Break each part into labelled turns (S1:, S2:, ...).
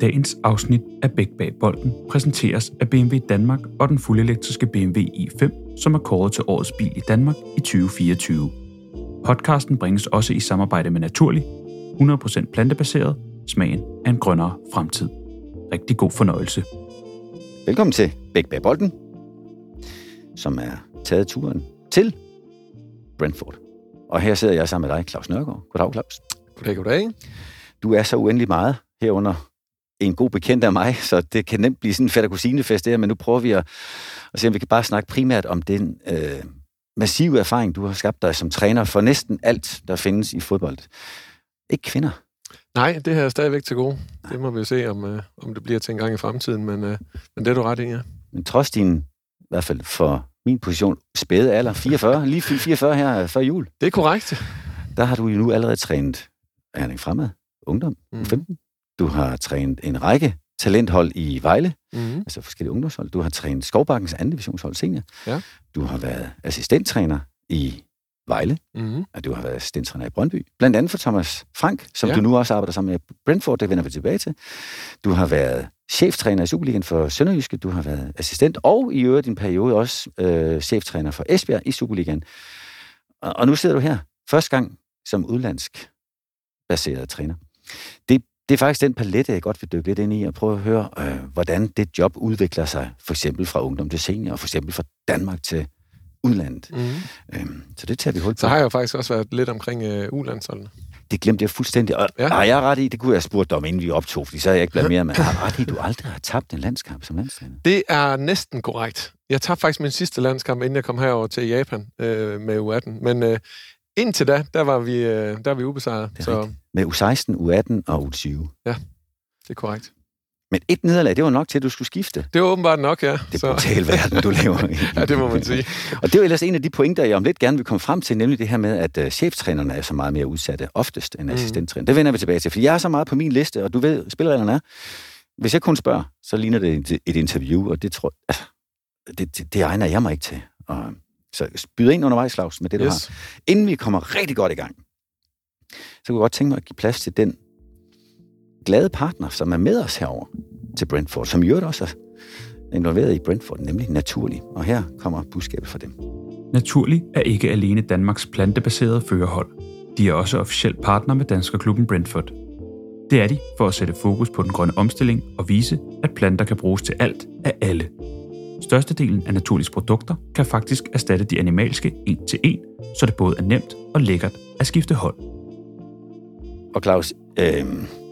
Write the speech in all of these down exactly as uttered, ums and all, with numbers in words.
S1: Dagens afsnit af Bæk bag bolden præsenteres af B M W Danmark og den fuldelektriske B M W i fem, som er kåret til årets bil i Danmark i tyve fireogtyve. Podcasten bringes også i samarbejde med Naturli, hundrede procent plantebaseret, smagen af en grønnere fremtid. Rigtig god fornøjelse.
S2: Velkommen til Bæk bag bolden, som er taget turen til Brentford. Og her sidder jeg sammen med dig, Claus Nørgaard. Goddag, Claus.
S3: Goddag, goddag.
S2: Du er så uendelig meget herunder en god bekendt af mig, så det kan nemt blive sådan en fætter kusinefest der, men nu prøver vi at, at se, om vi kan bare snakke primært om den øh, massive erfaring, du har skabt dig som træner for næsten alt, der findes i fodbold. Ikke kvinder.
S3: Nej, det her er stadigvæk til gode. Det må vi jo se, om, øh, om det bliver til en gang i fremtiden, men, øh, men det er du ret i, ja.
S2: Men trods din, i hvert fald for min position, spæde alder, fireogfyrre, lige fireogfyrre her før jul.
S3: Det er korrekt.
S2: Der har du jo nu allerede trænet Erling Fremad, ungdom, mm. femten. Du har trænet en række talenthold i Vejle, mm. altså forskellige ungdomshold. Du har trænet Skovbakkens anden divisionshold senior.
S3: Ja.
S2: Du har været assistenttræner i Vejle,
S3: mm.
S2: og du har været assistenttræner i Brøndby. Blandt andet for Thomas Frank, som ja. du nu også arbejder sammen med Brentford, det vender vi tilbage til. Du har været cheftræner i Superligaen for Sønderjyske. Du har været assistent, og i øvrigt din periode også øh, cheftræner for Esbjerg i Superligaen. Og, og nu sidder du her, første gang som udlandsk baseret træner. Det, det er faktisk den palette, jeg godt vil dykke lidt ind i, og prøve at høre, øh, hvordan det job udvikler sig, for eksempel fra ungdom til senior, og for eksempel fra Danmark til udlandet. Mm. Øhm, så det tager vi hul på.
S3: Så har jeg jo faktisk også været lidt omkring øh, ulandsholdene.
S2: Det glemte jeg fuldstændig. Og ja. har jeg ret i, det kunne jeg have spurgt dig om, inden vi optog, fordi så er jeg ikke blevet mere, men har ret i, du aldrig har tabt en landskamp som landstræner?
S3: Det er næsten korrekt. Jeg tabte faktisk min sidste landskamp, inden jeg kom herover til Japan øh, med U atten. Men øh, indtil da, der var vi, øh, der var vi ubesejret. Så...
S2: Med U seksten, U atten og U tyve.
S3: Ja, det er korrekt.
S2: Men et nederlag, det var nok til, at du skulle skifte.
S3: Det var åbenbart nok, ja.
S2: Det er brutal verden, du lever i.
S3: Ja, det må man sige.
S2: Og det er jo ellers en af de pointer, jeg om lidt gerne vil komme frem til, nemlig det her med, at uh, cheftrænerne er så meget mere udsatte, oftest end assistenttræner. Mm. Det vender vi tilbage til, for jeg er så meget på min liste, og du ved, spillereglerne er. Hvis jeg kun spørger, så ligner det et interview, og det tror altså, det, det, det egner jeg mig ikke til. Og, så byd ind undervejs, Claus, med det, du yes. har. Inden vi kommer rigtig godt i gang, så kunne jeg godt tænke mig at give plads til den glade partner, som er med os herover til Brentford, som jo også er involveret i Brentford, nemlig Naturli. Og her kommer budskabet fra dem.
S1: Naturli er ikke alene Danmarks plantebaserede førerhold. De er også officiel partner med danskerklubben Brentford. Det er de for at sætte fokus på den grønne omstilling og vise, at planter kan bruges til alt af alle. Størstedelen af Naturlis produkter kan faktisk erstatte de animalske en til en, så det både er nemt og lækkert at skifte hold.
S2: Og Claus, øh,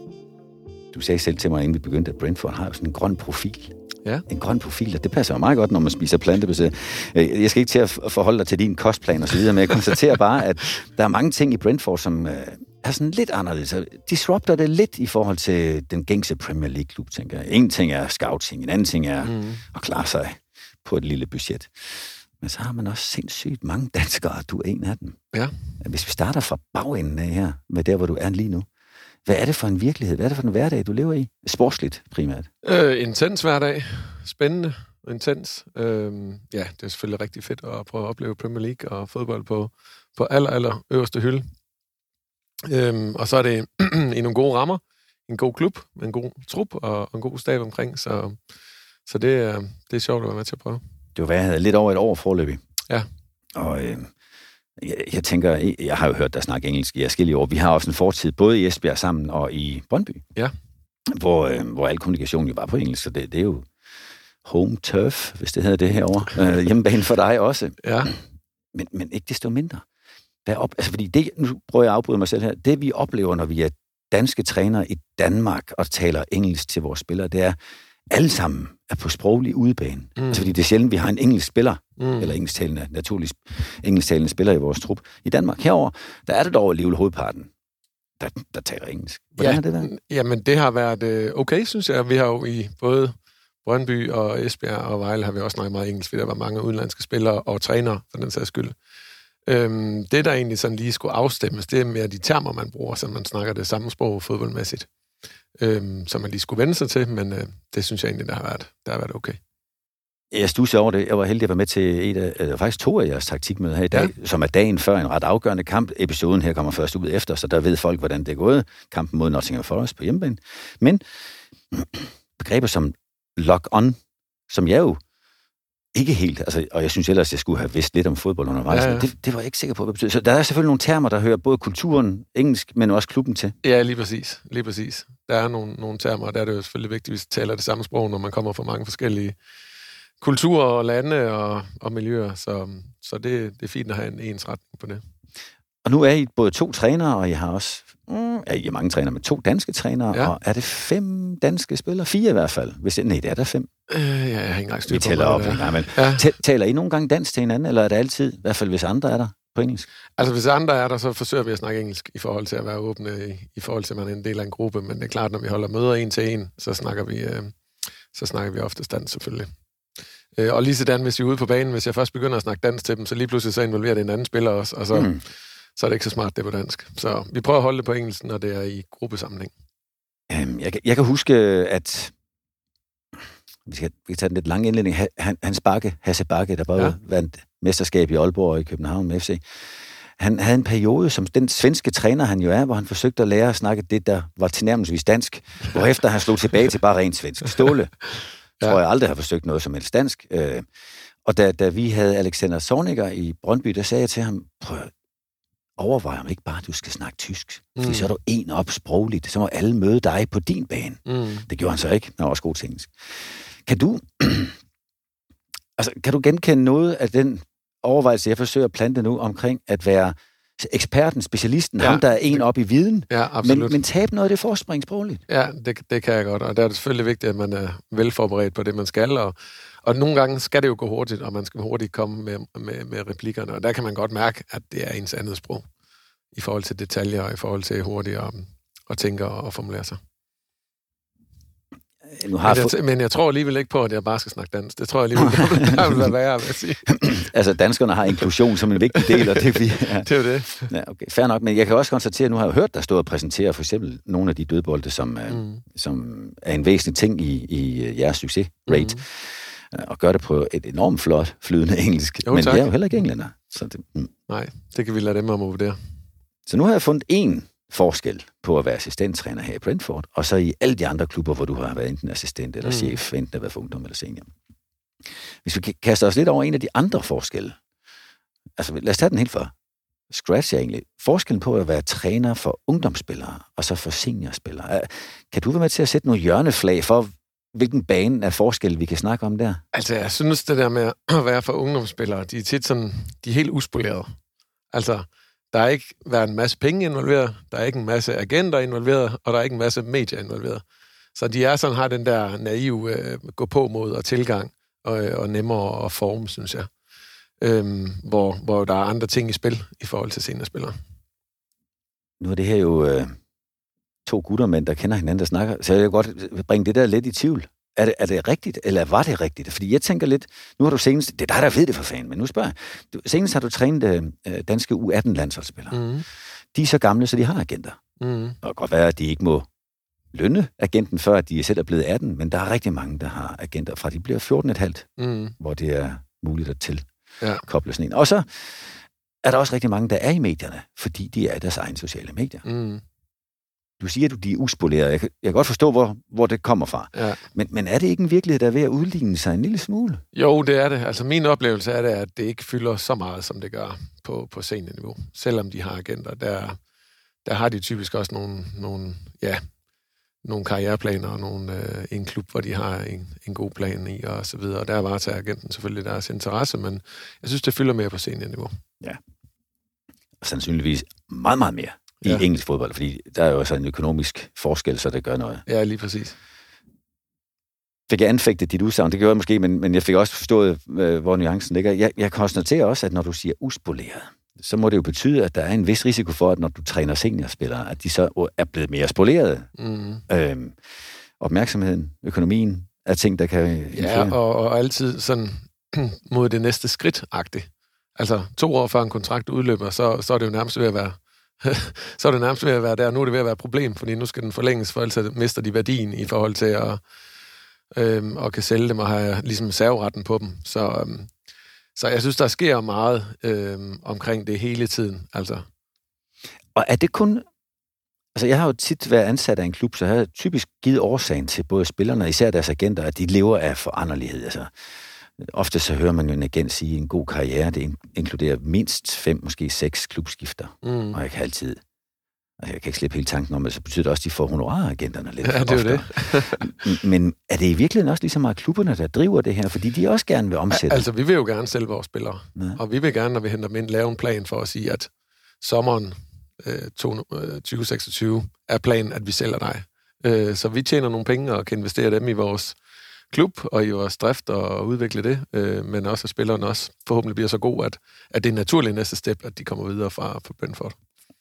S2: du sagde selv til mig, inden vi begyndte, at Brentford har jo sådan en grøn profil.
S3: Ja.
S2: En grøn profil, og det passer jo meget godt, når man spiser plantebaseret. Jeg skal ikke til at forholde dig til din kostplan og så videre, men jeg konstaterer bare, at der er mange ting i Brentford, som øh, er sådan lidt anderledes. Disrupter det lidt i forhold til den gængse Premier League-klub, tænker jeg. En ting er scouting, en anden ting er mm. at klare sig på et lille budget. Men så har man også sindssygt mange danskere, du er en af dem.
S3: Ja.
S2: Hvis vi starter fra bagenden af her, med der, hvor du er lige nu, hvad er det for en virkelighed? Hvad er det for en hverdag, du lever i? Sportsligt primært.
S3: Øh, intens hverdag. Spændende. Intens. Øh, ja, det er selvfølgelig rigtig fedt at prøve at opleve Premier League og fodbold på, på aller, aller øverste hylde. Øh, og så er det i nogle gode rammer. En god klub, en god trup og en god stab omkring. Så, så det, er, det er sjovt at være med til at prøve.
S2: Det var været lidt over et år forløbig.
S3: Ja.
S2: Og øh, jeg, jeg tænker, jeg har jo hørt dig snakke engelsk i forskellige år. Vi har også en fortid både i Esbjerg sammen og i Brøndby.
S3: Ja.
S2: Hvor, øh, hvor al kommunikation jo var på engelsk, så det, det er jo home turf, hvis det hedder det herovre. Øh, hjemmebane for dig også.
S3: Ja.
S2: Men, men ikke desto mindre. Der op, altså fordi det, nu prøver jeg at afbryde mig selv her, det vi oplever, når vi er danske trænere i Danmark og taler engelsk til vores spillere, det er, alle sammen er på sproglig udebane. Mm. Altså fordi det er sjældent, vi har en engelsk spiller, mm. eller engelsktalende, naturligvis engelsktalende spiller i vores trup. I Danmark herover, der er det dog alligevel hovedparten, der, der taler engelsk. Hvordan
S3: ja,
S2: har det været?
S3: Jamen, det har været okay, synes jeg. Vi har jo i både Brøndby og Esbjerg og Vejle har vi også snakket meget engelsk, fordi der var mange udenlandske spillere og trænere, for den sags skyld. Øhm, det, der egentlig sådan lige skulle afstemmes, det er mere de termer, man bruger, så man snakker det samme sprog fodboldmæssigt. Øhm, som man lige skulle vende sig til, men øh, det synes jeg egentlig, der har været, der har været okay.
S2: Jeg studsede over det. Jeg var heldig at være med til et af, eller faktisk to af jeres taktikmøder her i dag, ja. Som er dagen før en ret afgørende kamp. Episoden her kommer først ud efter, så der ved folk, hvordan det er gået. Kampen mod Nottingham Forest på hjemmebane. Men begreber som lock-on, som jeg jo ikke helt, altså, og jeg synes ellers, jeg skulle have vidst lidt om fodbold undervejs, ja, ja. Det, det var jeg ikke sikker på, hvad det betyder. Så der er selvfølgelig nogle termer, der hører både kulturen, engelsk, men også klubben til.
S3: Ja, lige præcis. Lige præcis. Der er nogle, nogle termer, og der er det jo selvfølgelig vigtigt, at vi taler det samme sprog, når man kommer fra mange forskellige kulturer og lande og, og miljøer, så, så det, det er fint at have en ensretning på det.
S2: Og nu er I både to trænere, og I har også, mm, ja, I er mange trænere, men to danske trænere, ja. Og er det fem danske spillere? Fire i hvert fald. Hvis, nej, det er der fem.
S3: Øh, ja, jeg har ikke engang styr på.
S2: Vi tæller op. Ja, men ja. Taler I nogle gange dansk til hinanden, eller er det altid, i hvert fald hvis andre er der, på engelsk?
S3: Altså hvis andre er der, så forsøger vi at snakke engelsk, i forhold til at være åbne, i, i forhold til at man er en del af en gruppe, men det er klart, når vi holder møder en til en, så snakker vi, øh, så snakker vi ofte dansk selvfølgelig. Øh, og lige sådan, hvis vi er ude på banen, hvis jeg først begynder at snakke dansk til dem, så lige pludselig så involverer det en anden spiller også, og så... Mm. så er det ikke så smart, det på dansk. Så vi prøver at holde det på engelsk, når det er i gruppesammenhæng.
S2: Um, jeg, jeg kan huske, at vi skal, vi kan tage den lidt lange indledning. Han, Hans Bakke, Hasse Bakke, der bare ja. vandt mesterskab i Aalborg og i København med F C. Han havde en periode, som den svenske træner han jo er, hvor han forsøgte at lære at snakke det, der var tilnærmelsesvis dansk, hvorefter han slog tilbage til bare rent svensk. Ståle ja. tror jeg aldrig har forsøgt noget som helst dansk. Uh, og da, da vi havde Alexander Zorniger i Brøndby, der sagde jeg til ham, prøv overvej om ikke bare, at du skal snakke tysk. Fordi mm. så er du en op sprogligt. Så må alle møde dig på din bane. Mm. Det gjorde han så ikke. Han var også god til engelsk. Kan du, altså, kan du genkende noget af den overvejelse, jeg forsøger at plante nu, omkring at være eksperten, specialisten, ja, ham, der er en op i viden,
S3: ja,
S2: men, men tabe noget af det forspring sprogligt?
S3: Ja, det, det kan jeg godt. Og der er det selvfølgelig vigtigt, at man er velforberedt på det, man skal. Og, og nogle gange skal det jo gå hurtigt, og man skal hurtigt komme med, med, med replikkerne. Og der kan man godt mærke, at det er ens andet sprog. I forhold til detaljer, og i forhold til hurtigt at, at tænke og, og formulere sig. Nu har men, jeg, men jeg tror alligevel ikke på, at jeg bare skal snakke dansk. Det tror jeg alligevel, der vil være værre, vil jeg sige.
S2: Altså, danskerne har inklusion som en vigtig del, og det er vi...
S3: Ja. Det er jo det.
S2: Ja, okay, fair nok, men jeg kan også konstatere, at nu har jeg hørt, der stod og præsentere for eksempel nogle af de dødbolde, som, mm. som er en væsentlig ting i, i jeres succesrate, mm. og gør det på et enormt flot, flydende engelsk. Jo, men det er jo heller ikke englænder. Så det, mm.
S3: Nej, det kan vi lade dem om at vurdere.
S2: Så nu har jeg fundet en forskel på at være assistenttræner her i Brentford, og så i alle de andre klubber, hvor du har været enten assistent eller mm. chef, enten at være for ungdom eller senior. Hvis vi kaster os lidt over en af de andre forskelle, altså lad os tage den helt fra scratch egentlig. Forskellen på at være træner for ungdomsspillere og så for seniorspillere. Kan du være med til at sætte nogle hjørneflag for, hvilken bane af forskel vi kan snakke om der?
S3: Altså, jeg synes, det der med at være for ungdomsspillere, de er tit sådan, de er helt uspolerede. Altså, der er ikke været en masse penge involveret, der er ikke en masse agenter involveret, og der er ikke en masse medier involveret. Så de er sådan, har den der naive øh, gå på mod og tilgang, og, og nemmere at forme, synes jeg. Øhm, hvor, hvor der er andre ting i spil i forhold til seniorspillere.
S2: Nu er det her jo øh, to guttermænd, der kender hinanden, der snakker, så jeg vil godt bringe det der lidt i tvivl. Er det, er det rigtigt, eller var det rigtigt? Fordi jeg tænker lidt, nu har du senest, det er dig, der ved det for fanden, men nu spørger jeg, du, senest har du trænet øh, danske U atten-landsholdsspillere. Mm. De er så gamle, så de har agenter. Mm. Og det kan godt være, at de ikke må lønne agenten, før de selv er blevet atten, men der er rigtig mange, der har agenter fra de bliver fjorten komma fem, mm. hvor det er muligt at tilkoble ja. sådan en. Og så er der også rigtig mange, der er i medierne, fordi de er deres egne sociale medier. Mm. Du siger, at de er uspolerede. Jeg kan, jeg kan godt forstå, hvor, hvor det kommer fra. Ja. Men, men er det ikke en virkelighed, der er ved at udligne sig en lille smule?
S3: Jo, det er det. Altså min oplevelse er det, at det ikke fylder så meget, som det gør på, på seniorniveau. Selvom de har agenter, der, der har de typisk også nogle, nogle, ja, nogle karriereplaner og nogle, øh, en klub, hvor de har en, en god plan i og så videre. Og der varetager agenten selvfølgelig deres interesse, men jeg synes, det fylder mere på seniorniveau. Ja.
S2: Og sandsynligvis meget, meget mere. I ja. engelsk fodbold, fordi der er jo også en økonomisk forskel, så det gør noget.
S3: Ja, lige præcis.
S2: Fik jeg anfægtet dit udsagn? Det gjorde jeg måske, men, men jeg fik også forstået, øh, hvor nuancen ligger. Jeg, jeg konstaterer også, at når du siger uspoleret, så må det jo betyde, at der er en vis risiko for, at når du træner seniorspillere, at de så er blevet mere spolerede. Mm. Øhm, opmærksomheden, økonomien, er ting, der kan influere.
S3: Ja, og, og altid sådan mod det næste skridt-agtigt. Altså, to år før en kontrakt udløber, så, så er det jo nærmest ved at være så er det nærmest ved at være der. Nu er det ved at være et problem, fordi nu skal den forlænges, for ellers mister de værdien i forhold til at øhm, og kan sælge dem og have ligesom serveretten på dem. Så, øhm, så jeg synes, der sker meget øhm, omkring det hele tiden. Altså.
S2: Og er det kun Altså, jeg har jo tit været ansat af en klub, så jeg har typisk givet årsagen til både spillerne og især deres agenter, at de lever af foranderlighed. Altså, ofte så hører man jo en agent sige, at en god karriere, det inkluderer mindst fem, måske seks klubskifter. Mm. Og jeg kan altid... Altså, jeg kan ikke slippe hele tanken om, at så betyder det også, at de får honoraragenterne lidt.
S3: Ja, det er det.
S2: Men er det i virkeligheden også lige så meget klubberne, der driver det her? Fordi de også gerne vil omsætte.
S3: Altså, vi vil jo gerne sælge vores spillere. Ja. Og vi vil gerne, når vi henter dem ind, lave en plan for at sige, at sommeren øh, tyve seksogtyve er planen, at vi sælger dig. Øh, så vi tjener nogle penge og kan investere dem i vores klub og i vores drift og udvikle det. Øh, men også at spillerne også forhåbentlig bliver så god, at, at det er naturligt næste step, at de kommer videre fra, fra Brentford.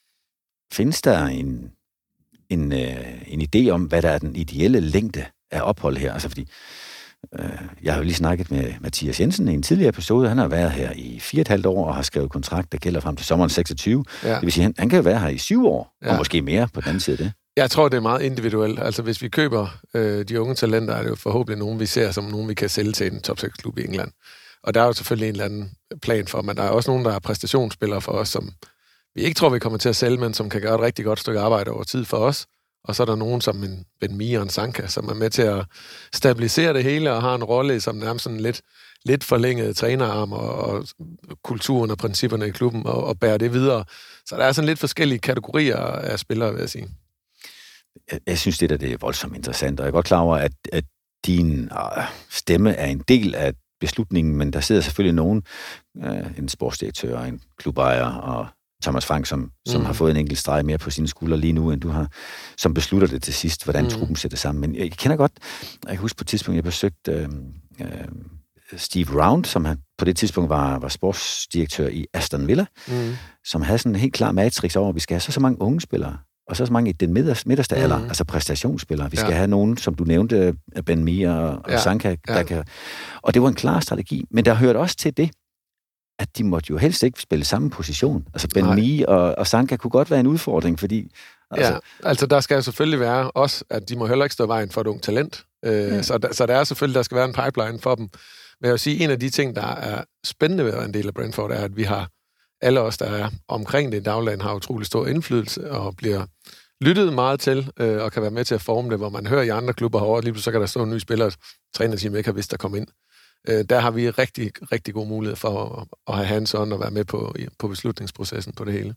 S2: Findes der en, en, øh, en idé om, hvad der er den ideelle længde af ophold her? Altså fordi, øh, jeg har jo lige snakket med Mathias Jensen i en tidligere episode. Han har været her i fire og et halvt år og har skrevet kontrakt, der gælder frem til sommeren seksogtyve. Ja. Det vil sige, han, han kan jo være her i syv år, ja. Og måske mere på den anden side af det.
S3: Jeg tror, det er meget individuelt. Altså, hvis vi køber øh, de unge talenter, er det jo forhåbentlig nogen, vi ser som nogen, vi kan sælge til en top seks klub i England. Og der er jo selvfølgelig en eller anden plan for, men der er også nogen, der er præstationsspillere for os, som vi ikke tror, vi kommer til at sælge, men som kan gøre et rigtig godt stykke arbejde over tid for os. Og så er der nogen som en Ben Mee og en Sanka, som er med til at stabilisere det hele og har en rolle som nærmest sådan lidt, lidt forlænget trænerarm og, og kulturen og principperne i klubben og, og bære det videre. Så der er sådan lidt forskellige kategorier af spillere, vil jeg sige.
S2: Jeg, jeg synes, det der det er voldsomt interessant, og jeg er godt klar over, at, at din øh, stemme er en del af beslutningen, men der sidder selvfølgelig nogen, øh, en sportsdirektør, en klubejer og Thomas Frank, som, som mm. har fået en enkelt streg mere på sine skuldre lige nu, end du har, som beslutter det til sidst, hvordan mm. truppen sætter sammen. Men jeg kender godt, jeg kan huske på et tidspunkt, jeg besøgte øh, øh, Steve Round, som han på det tidspunkt var, var sportsdirektør i Aston Villa, mm. som havde sådan en helt klar matrix over, at vi skal have så, så mange unge spillere, og så så mange i den midterste, midterste mm. alder, altså præstationsspillere. Vi skal ja. have nogen, som du nævnte, Ben Mee og, og ja. Sanka, der ja. kan... Og det var en klar strategi, men der hørte også til det, at de måtte jo helst ikke spille samme position. Altså Ben Mee og, og Sanka kunne godt være en udfordring, fordi...
S3: Altså, ja, altså der skal jo selvfølgelig være også, at de må heller ikke stå vejen for et ungt talent. Øh, ja. så, der, så der er selvfølgelig, der skal være en pipeline for dem. Men jeg vil sige, en af de ting, der er spændende ved at være en del af Brentford, er, at vi har alle os, der er omkring det i dagligdagen, har utrolig stor indflydelse og bliver lyttet meget til, øh, og kan være med til at forme det, hvor man hører i andre klubber herovre, lige pludselig så kan der stå en ny spiller, og trænerteam ikke har vidst, der kommer ind. Øh, der har vi rigtig, rigtig god mulighed for at, at have hands-on og være med på, på beslutningsprocessen på det hele.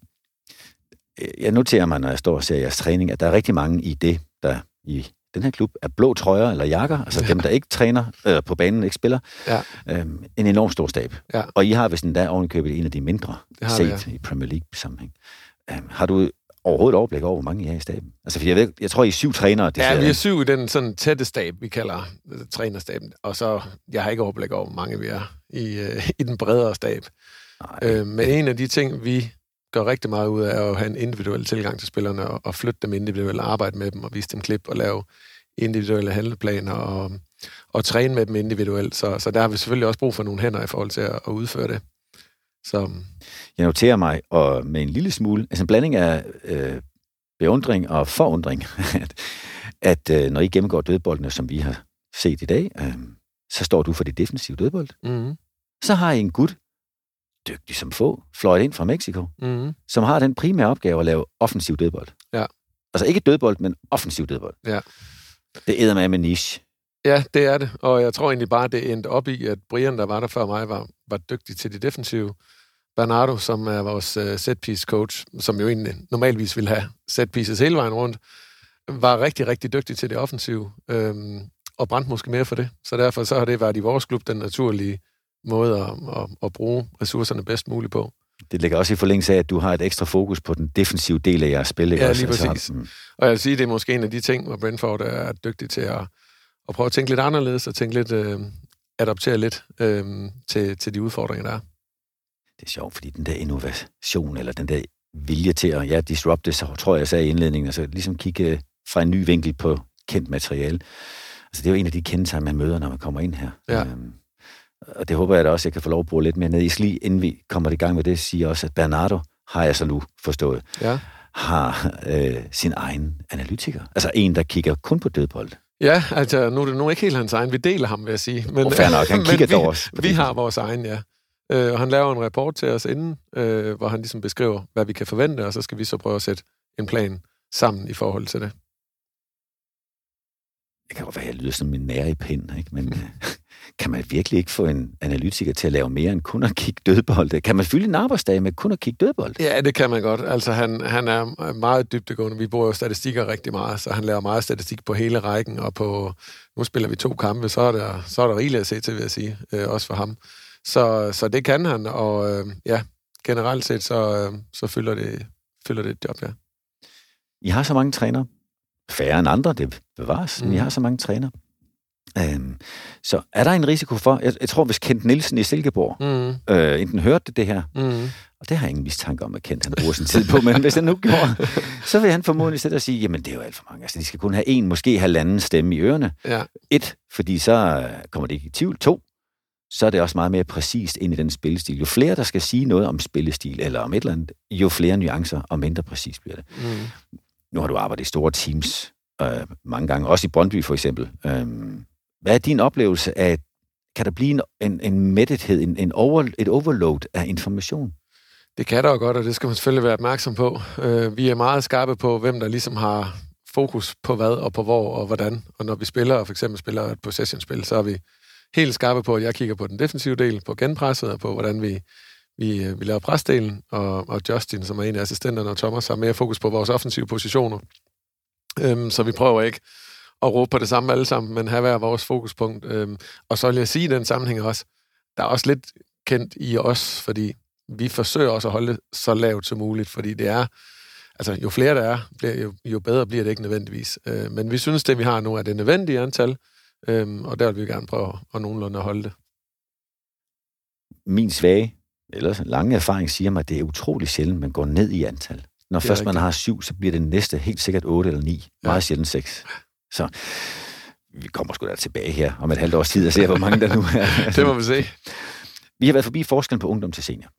S2: Jeg noterer mig, når jeg står og ser jeres træning, at der er rigtig mange i det, der i den her klub er blå trøjer eller jakker, altså ja. dem, der ikke træner øh, på banen, ikke spiller. Ja. Øhm, en enorm stor stab. Ja. Og I har vist endda ovenikøbet en af de mindre set det, ja. i Premier League-sammenhæng. Øhm, har du overhovedet overblik over, hvor mange I er i staben? Altså, for jeg, ved, jeg tror, I er syv trænere. Det
S3: ja, vi er syv i den sådan tætte stab, vi kalder altså, trænerstaben. Og så, jeg har ikke overblik over, hvor mange vi er i, øh, i den bredere stab. Øh, men en af de ting, vi gør rigtig meget ud af, er at have en individuel tilgang til spillerne, og, og flytte dem individuelt, arbejde med dem, og vise dem klip, og lave individuelle handleplaner, og, og træne med dem individuelt. Så, så der har vi selvfølgelig også brug for nogle hænder i forhold til at, at udføre det. Så.
S2: Jeg noterer mig, og med en lille smule, altså en blanding af øh, beundring og forundring, at, at øh, når I gennemgår dødboldene, som vi har set i dag, øh, så står du for det defensive dødbold. Mm-hmm. Så har I en gut, dygtig som få, fløjet ind fra Mexico, mm-hmm. som har den primære opgave at lave offensiv dødbold. Ja. Altså ikke dødbold, men offensiv dødbold. Ja. Det æder med med niche.
S3: Ja, det er det. Og jeg tror egentlig bare, det endte op i, at Brian, der var der før mig, var, var dygtig til det defensive. Bernardo, som er vores uh, set-piece coach, som jo egentlig normalvis ville have set-pieces hele vejen rundt, var rigtig, rigtig dygtig til det offensive, øhm, og brændte måske mere for det. Så derfor så har det været i vores klub den naturlige måde at, at, at bruge ressourcerne bedst muligt på.
S2: Det ligger også i forlængelse af, at du har et ekstra fokus på den defensive del af jeres spil.
S3: Ja, lige præcis. Altså, mm. Og jeg vil sige, det er måske en af de ting, hvor Brentford er dygtig til at, at prøve at tænke lidt anderledes, og tænke lidt, øh, adoptere lidt øh, til, til de udfordringer, der er.
S2: Det er sjovt, fordi den der innovation, eller den der vilje til at ja, disrupte, så tror jeg, jeg sagde i indledningen, altså ligesom kigge fra en ny vinkel på kendt materiale. Altså det er jo en af de kendetegn, man møder, når man kommer ind her. Ja. Øhm, og det håber jeg da også, jeg kan få lov at bruge lidt mere ned i sli, inden vi kommer i gang med det, siger også, at Bernardo, har jeg så nu forstået, ja. har øh, sin egen analytiker. Altså en, der kigger kun på dødbold.
S3: Ja, altså nu er det nu ikke helt hans egen. Vi deler ham, vil jeg sige. Men,
S2: oh, fair nok, han kigger dog også.
S3: Vi, vi har vores egen, ja. Øh, og han laver en rapport til os inden, øh, hvor han ligesom beskriver, hvad vi kan forvente, og så skal vi så prøve at sætte en plan sammen i forhold til det.
S2: Det kan jo være, at jeg lyder som en nære i pinden, ikke? Men kan man virkelig ikke få en analytiker til at lave mere end kun at kigge dødbold? Kan man fylde en arbejdsdag med kun at kigge dødbold?
S3: Ja, det kan man godt. Altså, han, han er meget dybdegående. Vi bruger jo statistikker rigtig meget, så han laver meget statistik på hele rækken, og på, nu spiller vi to kampe, så er der, så er der rigeligt at se til, vil jeg sige, øh, også for ham. Så, så det kan han, og øh, ja, generelt set, så, øh, så fylder, det, fylder det et job, ja.
S2: I har så mange trænere. Færre end andre, det bevares, mm. men I har så mange trænere. Øhm, så er der en risiko for, jeg, jeg tror, hvis Kent Nielsen i Silkeborg mm. øh, enten hørte det her, mm. og det har jeg ingen mistanke om, at Kent han bruger sin tid på, men hvis han nu gjorde, så vil han formodentlig sætte og sige, jamen det er jo alt for mange, altså de skal kun have en, måske halvanden stemme i ørerne. Ja. Et, fordi så kommer det ikke i tvivl. To, så er det også meget mere præcist ind i den spillestil. Jo flere, der skal sige noget om spillestil, eller om et eller andet, jo flere nuancer og mindre præcist bliver det. Mm. Nu har du arbejdet i store teams øh, mange gange, også i Brøndby for eksempel. Øhm, hvad er din oplevelse af, kan der blive en, en, en mættethed, en, en over, et overload af information?
S3: Det kan der jo godt, og det skal man selvfølgelig være opmærksom på. Øh, vi er meget skarpe på, hvem der ligesom har fokus på hvad og på hvor og hvordan. Og når vi spiller, for eksempel spiller et possession-spil, så er vi helt skarpe på, at jeg kigger på den defensive del, på genpresset og på, hvordan vi, vi, vi laver presdelen. Og, og Justin, som er en af assistenterne, og Thomas, har mere fokus på vores offensive positioner. Øhm, så vi prøver ikke at råbe på det samme alle sammen, men have hver vores fokuspunkt. Øhm, og så vil jeg sige i den sammenhæng også, der er også lidt kendt i os, fordi vi forsøger også at holde det så lavt som muligt, fordi det er, altså jo flere der er, bliver, jo, jo bedre bliver det ikke nødvendigvis. Øh, men vi synes, det vi har nu er det nødvendige antal, øh, og der vil vi gerne prøve at nogenlunde at holde det. Min svage, eller lange erfaring siger mig, at det er utrolig sjældent, man går ned i antal. Når først rigtigt. Man har syv, så bliver det næste helt sikkert otte eller ni. Ja. Meget sjældent seks. Så vi kommer sgu da tilbage her om et halvt års tid og ser, hvor mange der nu er. Det må vi se. Vi har været forbi forskellen på ungdom til senior.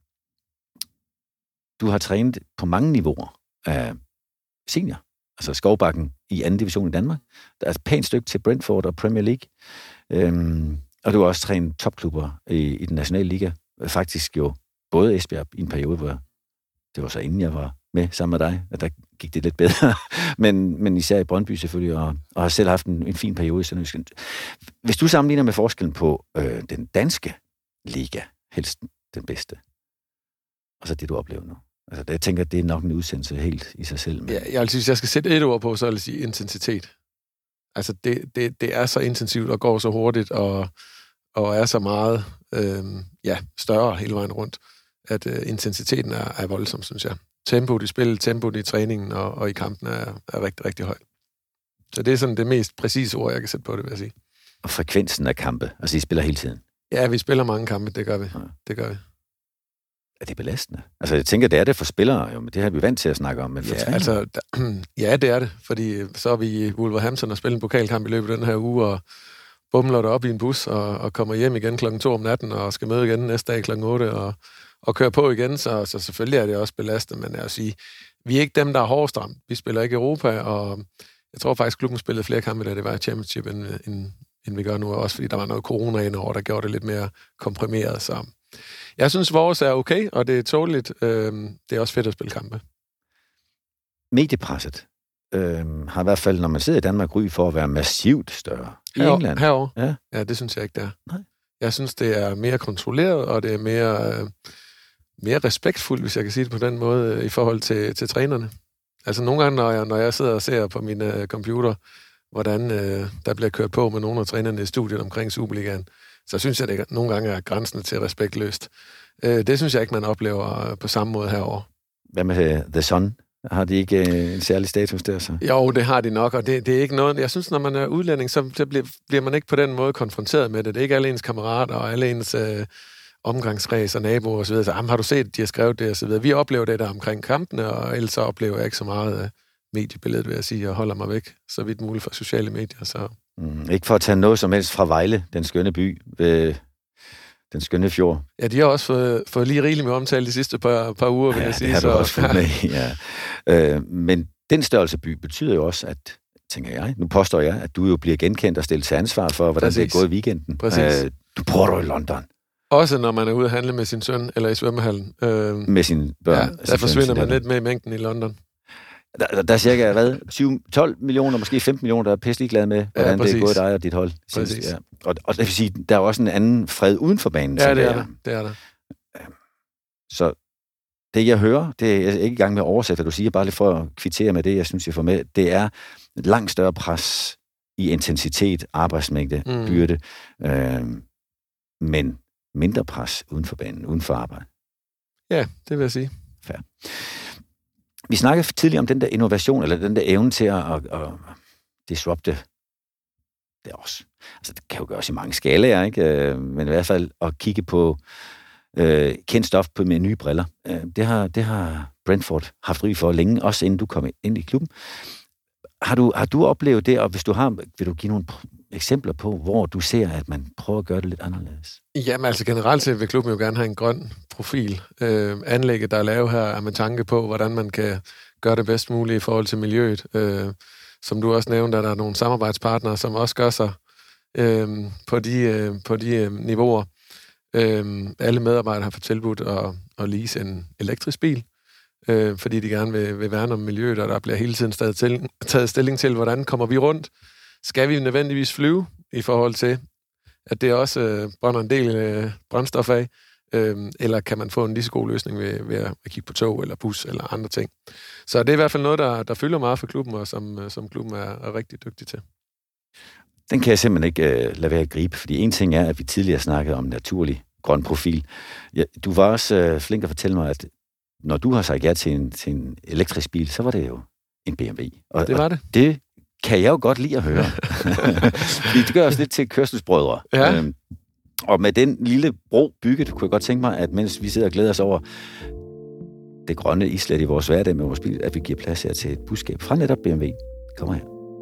S3: Du har trænet på mange niveauer af senior, altså Skovbakken i anden division i Danmark. Der er et pænt stykke til Brentford og Premier League. Øhm, og du har også trænet topklubber i, i den nationale liga. Faktisk jo både Esbjerg i en periode, hvor det var så inden jeg var med sammen med dig, at der gik det lidt bedre. men, men især i Brøndby selvfølgelig, og, og har selv haft en, en fin periode i Sønderjysk. Hvis du sammenligner med forskellen på øh, den danske liga, helst den bedste, og så det, du oplever nu. Altså, jeg tænker, at det er nok en udsendelse helt i sig selv. Men... Ja, jeg vil sige, hvis jeg skal sætte et ord på, så vil jeg sige intensitet. Altså, det, det, det er så intensivt og går så hurtigt, og, og er så meget øh, ja, større hele vejen rundt, at øh, intensiteten er, er voldsom, synes jeg. Tempoet i spillet, tempoet i træningen og, og i kampen er, er rigtig, rigtig højt. Så det er sådan det mest præcise ord, jeg kan sætte på det, vil jeg sige. Og frekvensen af kampe, altså I spiller hele tiden? Ja, vi spiller mange kampe, det gør vi. Ja. Det gør vi. Er det belastende? Altså, jeg tænker, det er det for spillere, jo, men det har vi vant til at snakke om. Men for ja, altså, der, ja, det er det, fordi så er vi i Wolverhampton og spiller en pokalkamp i løbet af den her uge, og bumler der op i en bus, og, og kommer hjem igen klokken to om natten, og skal møde igen næste dag klokken otte, og, og køre på igen, så, så selvfølgelig er det også belastende, men jeg vil sige, vi er ikke dem, der er hårdest ramt. Vi spiller ikke Europa, og jeg tror faktisk, klubben spillede flere kampe, da det var i Championship, end, end, end vi gør nu, også fordi der var noget corona indover, der gjorde det lidt mere komprimeret, så... Jeg synes, vores er okay, og det er tåligt. Øhm, det er også fedt at spille kampe. Mediepresset øhm, har i hvert fald, når man sidder i Danmark, ry for at være massivt større. I Herovre, England. Herovre? Ja. Ja, det synes jeg ikke, det er. Nej. Jeg synes, det er mere kontrolleret, og det er mere, øh, mere respektfuldt, hvis jeg kan sige det på den måde, øh, i forhold til, til trænerne. Altså nogle gange, når jeg, når jeg sidder og ser på min øh, computer, hvordan øh, der bliver kørt på med nogle af trænerne i studiet omkring Superligaen, så synes jeg, det nogle gange er grænsen til respektløst. Det synes jeg ikke, man oplever på samme måde herovre. Hvad med The Sun? Har de ikke en særlig status der så? Jo, det har de nok, og det, det er ikke noget... Jeg synes, når man er udlænding, så, så bliver, bliver man ikke på den måde konfronteret med det. Det er ikke alle ens kammerater og alle ens øh, omgangskreds og naboer og så videre. Så, har du set, de har skrevet det og så videre. Vi oplever det der omkring kampene, og ellers så oplever jeg ikke så meget af mediebilledet, vil jeg sige, og holder mig væk så vidt muligt fra sociale medier, så... Mm, ikke for at tage noget som helst fra Vejle, den skønne by ved den skønne fjord. Ja, de har også fået, fået lige rigeligt med omtale de sidste par, par uger, vil ja, jeg sige. Ja, det har du så... også fået med, ja. øh, men den størrelse by betyder jo også, at, tænker jeg, nu påstår jeg, at du jo bliver genkendt og stillet til ansvar for, hvordan Præcis. Det er gået i weekenden. Præcis. Øh, du bor du i London. Også når man er ude at handle med sin søn, eller i svømmehallen. Øh, med sine børn. Ja, der forsvinder man lidt med i mængden i London.
S2: Der, der, der er cirka, hvad, tyve, tolv millioner, måske femten millioner, der er pisse ligeglade med, hvordan ja, det er gået dig og dit hold.
S3: Præcis.
S2: Ja. Og, og det vil sige, der er også en anden fred uden for banen.
S3: Ja, det er der. Det er der.
S2: Så det, jeg hører, det er jeg er ikke i gang med at oversætte, hvad du siger, bare lige for at kvittere med det, jeg synes, jeg får med, det er et langt større pres i intensitet, arbejdsmængde, mm. byrde, øh, men mindre pres uden for banen, uden for arbejde.
S3: Ja, det vil jeg sige.
S2: Fair. Vi snakkede tidligere om den der innovation, eller den der evne til at, at, at disrupte det også. Altså, det kan jo gøres i mange skalaer, ikke? Men i hvert fald at kigge på øh, kendt stof på med nye briller. Det har, det har Brentford haft rig for længe, også inden du kom ind i klubben. Har du, har du oplevet det, og hvis du har, vil du give nogle eksempler på, hvor du ser, at man prøver at gøre det lidt anderledes?
S3: Jamen altså generelt set vil klubben jo gerne have en grøn profil. Øh, anlægget, der er lavet her, er med tanke på, hvordan man kan gøre det bedst muligt i forhold til miljøet. Øh, som du også nævnte, er der nogle samarbejdspartnere, som også gør sig øh, på de, øh, på de øh, niveauer. Øh, alle medarbejdere har fået tilbudt at, at lease en elektrisk bil, øh, fordi de gerne vil, vil værne om miljøet, og der bliver hele tiden stadig til, taget stilling til, hvordan kommer vi rundt. Skal vi nødvendigvis flyve i forhold til, at det også øh, brænder en del øh, brændstof af, øh, eller kan man få en lige så god løsning ved, ved at kigge på tog eller bus eller andre ting. Så det er i hvert fald noget, der, der fylder meget for klubben, og som, som klubben er, er rigtig dygtig til.
S2: Den kan jeg simpelthen ikke øh, lade være at gribe, fordi en ting er, at vi tidligere snakkede om naturlig grøn profil. Ja, du var også øh, flink at fortælle mig, at når du har sagt ja til en, til en elektrisk bil, så var det jo en B M W. Og,
S3: det var det.
S2: Og det kan jeg jo godt lide at høre. Fordi det gør os lidt til kørselsbrødre.
S3: Ja.
S2: Øhm, og med den lille bro bygget, kunne jeg godt tænke mig, at mens vi sidder og glæder os over det grønne islet i vores hverdag med vores bil, at vi giver plads her til et budskab fra netop B M W. Kom her.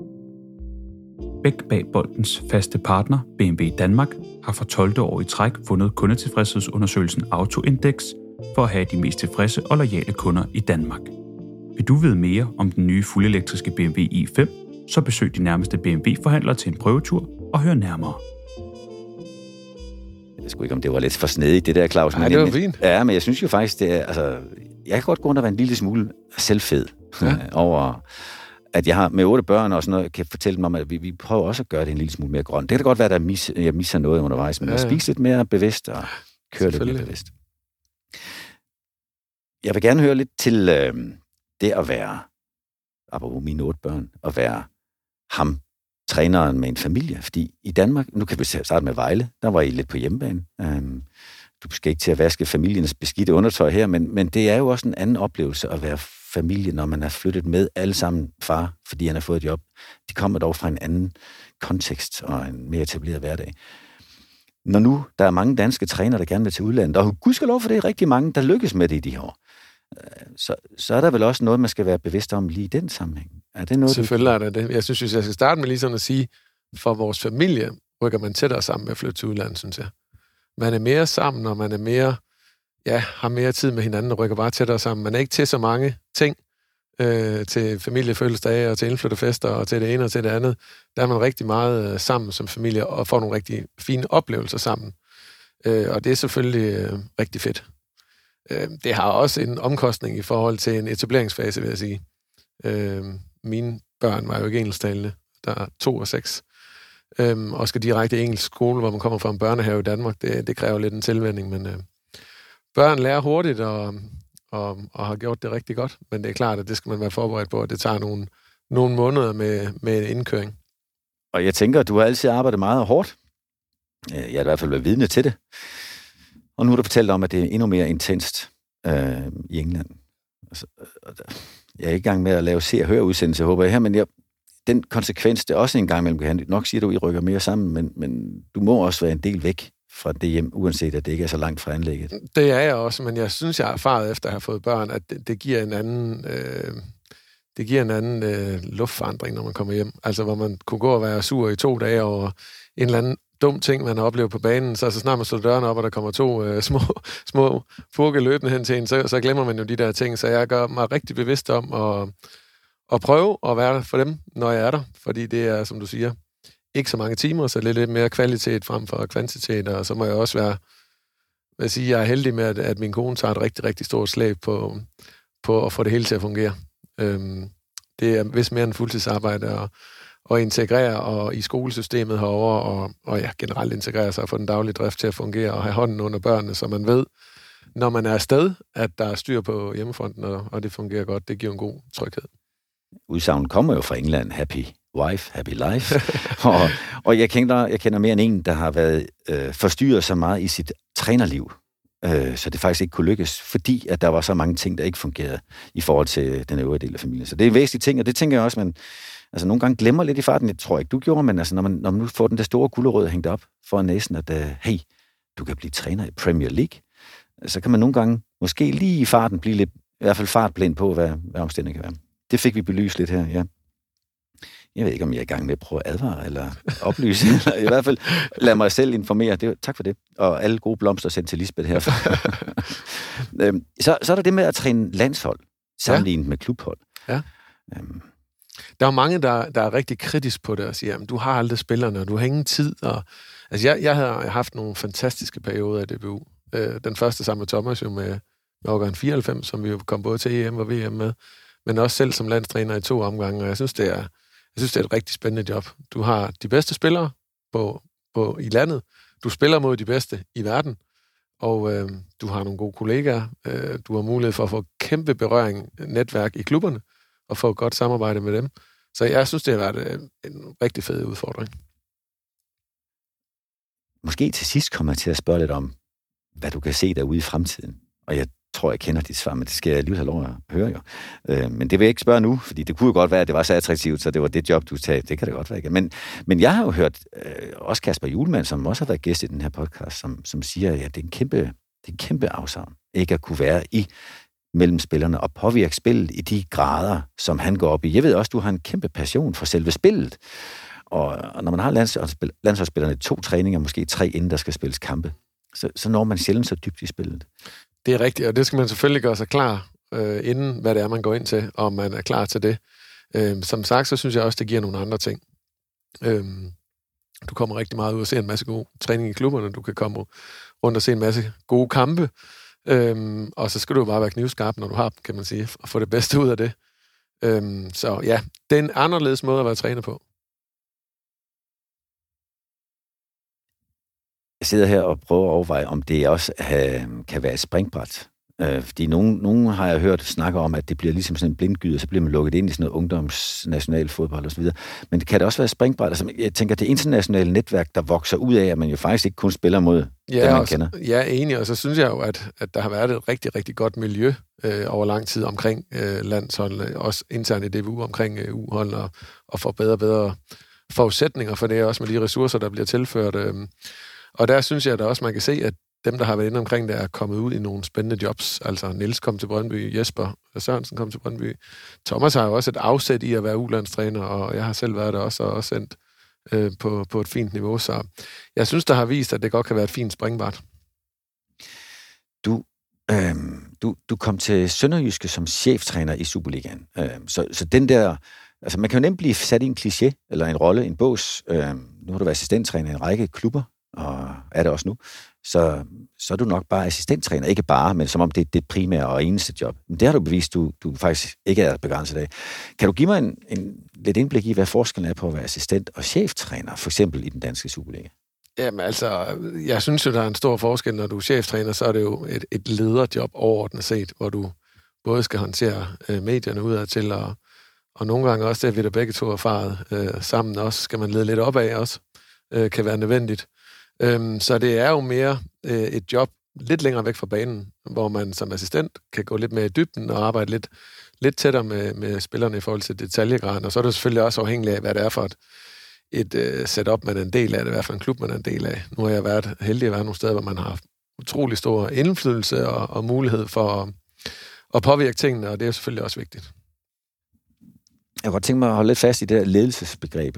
S1: Bæk bag boldens faste partner, B M W Danmark, har for tolvte år i træk vundet kundetilfredshedsundersøgelsen Autoindex for at have de mest tilfredse og loyale kunder i Danmark. Vil du vide mere om den nye fuldelektriske B M W i fem, så besøg de nærmeste B M W-forhandlere til en prøvetur og hør nærmere.
S2: Jeg ved ikke, om det var lidt for snedigt, det der, Claus.
S3: Nej, det var fint.
S2: Ja, men jeg synes jo faktisk, det er, altså, jeg kan godt gå rundt og være en lille smule selvfed ja. over, at jeg har med otte børn og sådan noget, kan fortælle dem om, at vi, vi prøver også at gøre det en lille smule mere grønt. Det kan da godt være, at jeg misser, jeg misser noget undervejs, men ja, ja. at spise lidt mere bevidst og køre lidt mere bevidst. Jeg vil gerne høre lidt til øh, det at være, apropos mine otte børn, at være ham, træneren med en familie. Fordi i Danmark, nu kan vi starte med Vejle, der var I lidt på hjemmebane. Um, du skal ikke til at vaske familiens beskidte undertøj her, men, men det er jo også en anden oplevelse at være familie, når man er flyttet med alle sammen far, fordi han har fået et job. De kommer dog fra en anden kontekst og en mere etableret hverdag. Når nu der er mange danske trænere, der gerne vil til udlandet, og gudskelov for det er rigtig mange, der lykkes med det i de her år, så, så er der vel også noget, man skal være bevidst om lige i den sammenhæng. Er det noget,
S3: selvfølgelig er det det. Jeg synes, hvis jeg skal starte med lige sådan at sige, for vores familie rykker man tættere sammen med at flytte til udlandet, synes jeg. Man er mere sammen, og man er mere, ja, har mere tid med hinanden og rykker bare tættere sammen. Man er ikke til så mange ting, øh, til familiefødselsdage og til indflytterfester og til det ene og til det andet. Der er man rigtig meget øh, sammen som familie og får nogle rigtig fine oplevelser sammen. Øh, og det er selvfølgelig øh, rigtig fedt. Øh, det har også en omkostning i forhold til en etableringsfase, vil jeg sige. Øh, mine børn var jo ikke engelsktalende. Der er to og seks. Øh, og skal direkte i engelsk skole, hvor man kommer fra en børnehave i Danmark. Det, det kræver lidt en tilvænning, men øh, børn lærer hurtigt og, og, og har gjort det rigtig godt. Men det er klart, at det skal man være forberedt på, at det tager nogle, nogle måneder med, med indkøring.
S2: Og jeg tænker, at du har altid arbejdet meget og hårdt. Jeg har i hvert fald været vidne til det. Og nu har du fortalt om, at det er endnu mere intenst øh, i England. Altså, jeg er ikke i gang med at lave se- og høre-udsendelse, håber jeg her, men jeg, den konsekvens, det er også en gang mellem kan. Nok siger du, at I rykker mere sammen, men, men du må også være en del væk fra det hjem, uanset at det ikke er så langt fra anlægget. Det
S3: er jeg også, men jeg synes, jeg har erfaret efter at have fået børn, at det, det giver en anden, øh, det giver en anden øh, luftforandring, når man kommer hjem. Altså, hvor man kunne gå og være sur i to dage over en eller anden dum ting, man har oplevet på banen, så, så snart man slår døren op, og der kommer to øh, små, små furke løbende hen til en, så, så glemmer man jo de der ting. Så jeg gør mig rigtig bevidst om at, at prøve at være der for dem, når jeg er der. Fordi det er, som du siger, ikke så mange timer, så lidt, lidt mere kvalitet frem for kvantitet. Og så må jeg også være, vil sige, jeg er heldig med, at, at min kone tager et rigtig, rigtig stort slag på, på at få det hele til at fungere. Øhm, det er vist mere end fuldtidsarbejde og, og integrere og i skolesystemet herover og, og ja, generelt integrere sig og få den daglige drift til at fungere og have hånden under børnene, så man ved, når man er afsted, at der er styr på hjemmefronten, og, og det fungerer godt. Det giver en god tryghed.
S2: Udsagnet kommer jo fra England, happy wife, happy life. og, og jeg, kender, jeg kender mere end en, der har været øh, forstyrret så meget i sit trænerliv, øh, så det faktisk ikke kunne lykkes, fordi at der var så mange ting, der ikke fungerede i forhold til den øvrige del af familien. Så det er en væsentlig ting, og det tænker jeg også, man altså nogle gange glemmer lidt i farten. Det tror jeg ikke, du gjorde, men altså, når, man, når man nu får den der store gulerod hængt op foran næsen, at uh, hey, du kan blive træner i Premier League, så kan man nogle gange måske lige i farten blive lidt, i hvert fald fartblind på, hvad, hvad omstændigheden kan være. Det fik vi belyst lidt her, ja. Jeg ved ikke, om jeg er i gang med at prøve at advare eller oplyse. Eller i hvert fald lad mig selv informere. Det, tak for det. Og alle gode blomster sendt til Lisbeth her. øhm, så, så er der det med at træne landshold, sammenlignet ja. med klubhold.
S3: Ja. Øhm. Der er mange, der, der er rigtig kritisk på det og siger, at du har aldrig spillerne, og du har ingen tid. Og, altså, jeg, jeg har haft nogle fantastiske perioder i D B U. Øh, den første sammen med Thomas jo med, med årgang fireoghalvfems, som vi jo kom både til E M og V M med, men også selv som landstræner i to omgange. Og jeg synes, det er Jeg synes, det er et rigtig spændende job. Du har de bedste spillere på, på, i landet. Du spiller mod de bedste i verden. Og øh, du har nogle gode kollegaer. Øh, du har mulighed for at få kæmpe berøring, netværk i klubberne, og få et godt samarbejde med dem. Så jeg synes, det har været en rigtig fed udfordring.
S2: Måske til sidst kommer jeg til at spørge lidt om, hvad du kan se derude i fremtiden. Og jeg tror, jeg kender dit svar, men det skal jeg alligevel have lov at høre jo. Øh, men det vil jeg ikke spørge nu, fordi det kunne jo godt være, at det var så attraktivt, så det var det job, du tager. Det kan det godt være, ikke? Men, men jeg har jo hørt øh, også Kasper Hjulmand, som også har været gæst i den her podcast, som, som siger, at ja, det er en kæmpe, det er en kæmpe afsavn, ikke at kunne være i mellem spillerne og påvirke spillet i de grader, som han går op i. Jeg ved også, du har en kæmpe passion for selve spillet. Og, og når man har landsholdsspil- landsholdsspillerne to træninger, måske tre, inden der skal spilles kampe, så, så når man sjældent så dybt i spillet.
S3: Det er rigtigt, og det skal man selvfølgelig gøre sig klar, øh, inden hvad det er, man går ind til, og man er klar til det. Øh, som sagt, så synes jeg også, det giver nogle andre ting. Øh, du kommer rigtig meget ud og se en masse god træning i klubberne, du kan komme rundt og se en masse gode kampe, øh, og så skal du jo bare være knivskarp, når du har dem, kan man sige, og få det bedste ud af det. Øh, så ja, det er en anderledes måde at være træner på.
S2: Jeg sidder her og prøver at overveje, om det også øh, kan være et springbræt. Øh, fordi nogen, nogen har jeg hørt snakke om, at det bliver ligesom sådan en blindgyde, og så bliver man lukket ind i sådan noget ungdomsnational fodbold osv. Men det kan det også være et springbræt. Altså, jeg tænker, det internationale netværk, der vokser ud af, at man jo faktisk ikke kun spiller mod
S3: ja,
S2: dem, man
S3: også,
S2: kender.
S3: Ja, enig. Og så synes jeg jo, at, at der har været et rigtig, rigtig godt miljø øh, over lang tid omkring øh, landshold, også internt i D B U, omkring øh, U-hold, og, og få bedre og bedre forudsætninger for det, også med de ressourcer, der bliver tilført. Øh, Og der synes jeg da også, man kan se, at dem, der har været inde omkring, der er kommet ud i nogle spændende jobs. Altså Niels kom til Brøndby, Jesper Sørensen kom til Brøndby. Thomas har jo også et afsæt i at være U-landstræner, og jeg har selv været der også, og også sendt øh, på, på et fint niveau. Så jeg synes, der har vist, at det godt kan være et fint springbræt.
S2: Du, øh, du, du kom til Sønderjyske som cheftræner i Superligaen. Øh, så, så den der... Altså, man kan jo nemt blive sat i en kliché, eller en rolle, en bås. Øh, nu har du været assistenttræner i en række klubber, og er det også nu, så, så er du nok bare assistenttræner. Ikke bare, men som om det er det primære og eneste job. Men det har du bevist, du, du faktisk ikke er begrænset af. Kan du give mig en, en lidt indblik i, hvad forskellen er på at være assistent og cheftræner, for eksempel i den danske Superliga?
S3: Jamen altså, jeg synes jo, der er en stor forskel. Når du er cheftræner, så er det jo et, et lederjob overordnet set, hvor du både skal håndtere øh, medierne udad til, og, og nogle gange også, det vi der begge to erfaret øh, sammen også, skal man lede lidt op af også, øh, kan være nødvendigt. Øhm, så det er jo mere øh, et job lidt længere væk fra banen, hvor man som assistent kan gå lidt mere i dybden og arbejde lidt, lidt tættere med, med spillerne i forhold til detaljegraden. Og så er det selvfølgelig også afhængigt af, hvad det er for et, et uh, setup, man er en del af det, i hvert fald en klub, man er en del af. Nu har jeg været heldig at være nogle steder, hvor man har haft utrolig stor indflydelse og, og mulighed for at, at påvirke tingene, og det er selvfølgelig også vigtigt.
S2: Jeg kunne godt tænke mig at holde lidt fast i det her ledelsesbegreb.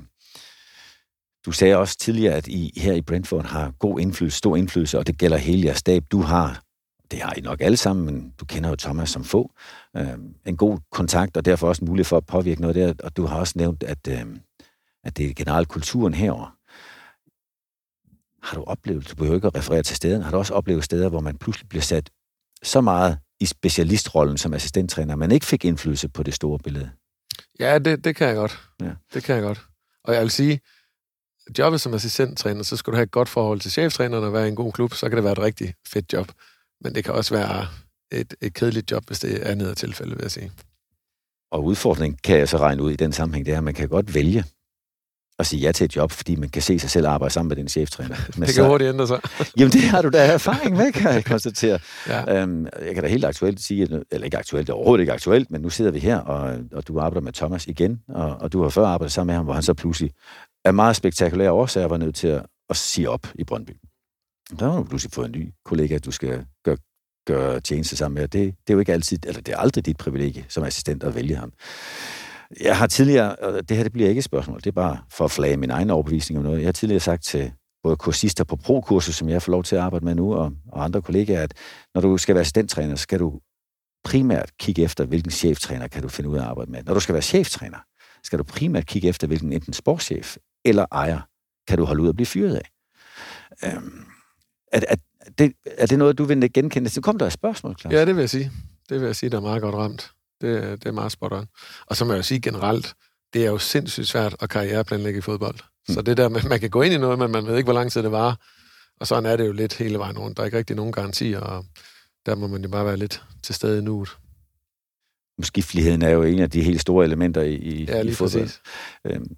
S2: Du sagde også tidligere, at I her i Brentford har god indflydelse, stor indflydelse, og det gælder hele jeres stab. Du har, det har I nok alle sammen, men du kender jo Thomas som få, en god kontakt, og derfor også mulighed for at påvirke noget der, og du har også nævnt, at at det er generelt kulturen herover. Har du oplevet, du behøver ikke at referere til stederne, har du også oplevet steder, hvor man pludselig bliver sat så meget i specialistrollen som assistenttræner, man ikke fik indflydelse på det store billede?
S3: Ja, det, det kan jeg godt.
S2: Ja.
S3: Det kan jeg godt. Og jeg vil sige, jobbet som assistenttræner, så skal du have et godt forhold til cheftræneren og være i en god klub, så kan det være et rigtig fedt job. Men det kan også være et, et kedeligt job, hvis det er andet tilfælde, vil jeg sige.
S2: Og udfordringen kan jeg så regne ud i den sammenhæng, det er, at man kan godt vælge at sige ja til et job, fordi man kan se sig selv arbejde sammen med din cheftræner.
S3: Men det kan hurtigt ændre sig.
S2: Jamen, det har du da erfaring med, kan jeg konstatere.
S3: Ja.
S2: Øhm, jeg kan da helt aktuelt sige, eller ikke aktuelt, det er overhovedet ikke aktuelt, men nu sidder vi her, og, og du arbejder med Thomas igen, og, og du har før arbejdet sammen med ham, hvor han så pludselig af meget spektakulære årsager var nødt til at, at sige op i Brøndby. Der har du pludselig fået en ny kollega, du skal gøre, gøre tjeneste sammen med, det, det er jo ikke altid, eller det er aldrig dit privilegie som assistent at vælge ham. Jeg har tidligere, og det her det bliver ikke et spørgsmål, det er bare for at flage min egen overbevisning om noget. Jeg har tidligere sagt til både kursister på pro-kurset, som jeg får lov til at arbejde med nu, og, og andre kollegaer, at når du skal være assistenttræner, så skal du primært kigge efter, hvilken cheftræner kan du finde ud af at arbejde med. Når du skal være cheftræner, skal du primært kigge efter, hvilken enten sportschef eller ejer kan du holde ud at blive fyret af. Øhm, er, er, det, er det noget, du vil genkende? Så kom der et spørgsmål, Claus.
S3: Ja, det vil jeg sige. Det vil jeg sige, der er meget godt ramt. Det, det er meget spot on. Og så må jeg jo sige generelt, det er jo sindssygt svært at karriereplanlægge i fodbold. Mm. Så det der med, man kan gå ind i noget, men man ved ikke, hvor lang tid det var. Og sådan er det jo lidt hele vejen rundt. Der er ikke rigtig nogen garantier, og der må man jo bare være lidt til stede i nuet.
S2: Skiftligheden er jo en af de helt store elementer i, i,
S3: ja, lige
S2: i fodbold.
S3: Præcis.
S2: Øhm,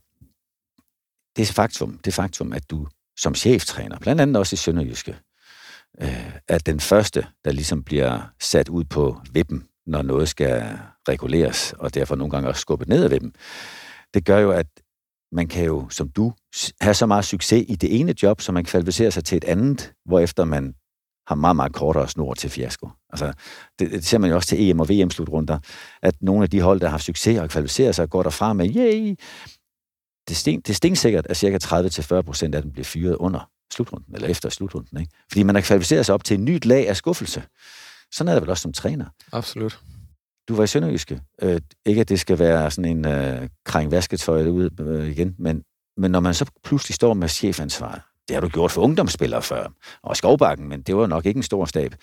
S2: det er faktum, det faktum, at du som cheftræner, blandt andet også i Sønderjyske, øh, er den første, der ligesom bliver sat ud på vippen, når noget skal reguleres, og derfor nogle gange også skubbet ned ad vippen. Det gør jo, at man kan jo, som du, have så meget succes i det ene job, så man kvalificerer sig til et andet, hvorefter man har meget, meget kortere snor til fiasko. Altså, det, det ser man jo også til E M og V M-slutrunder, at nogle af de hold, der har succes og kvalificerer sig, går derfra med, yay! Det er, sten, det er stensikkert, at cirka tredive til fyrre procent af dem bliver fyret under slutrunden, eller efter slutrunden, ikke? Fordi man har kvalificeret sig op til et nyt lag af skuffelse. Sådan er det vel også som træner.
S3: Absolut.
S2: Du var i Sønderjyske. Øh, ikke, at det skal være sådan en øh, kring vasketøj derude øh, igen, men, men når man så pludselig står med chefansvar, det har du gjort for ungdomsspillere før, og Skovbakken, men det var nok ikke en stor stab.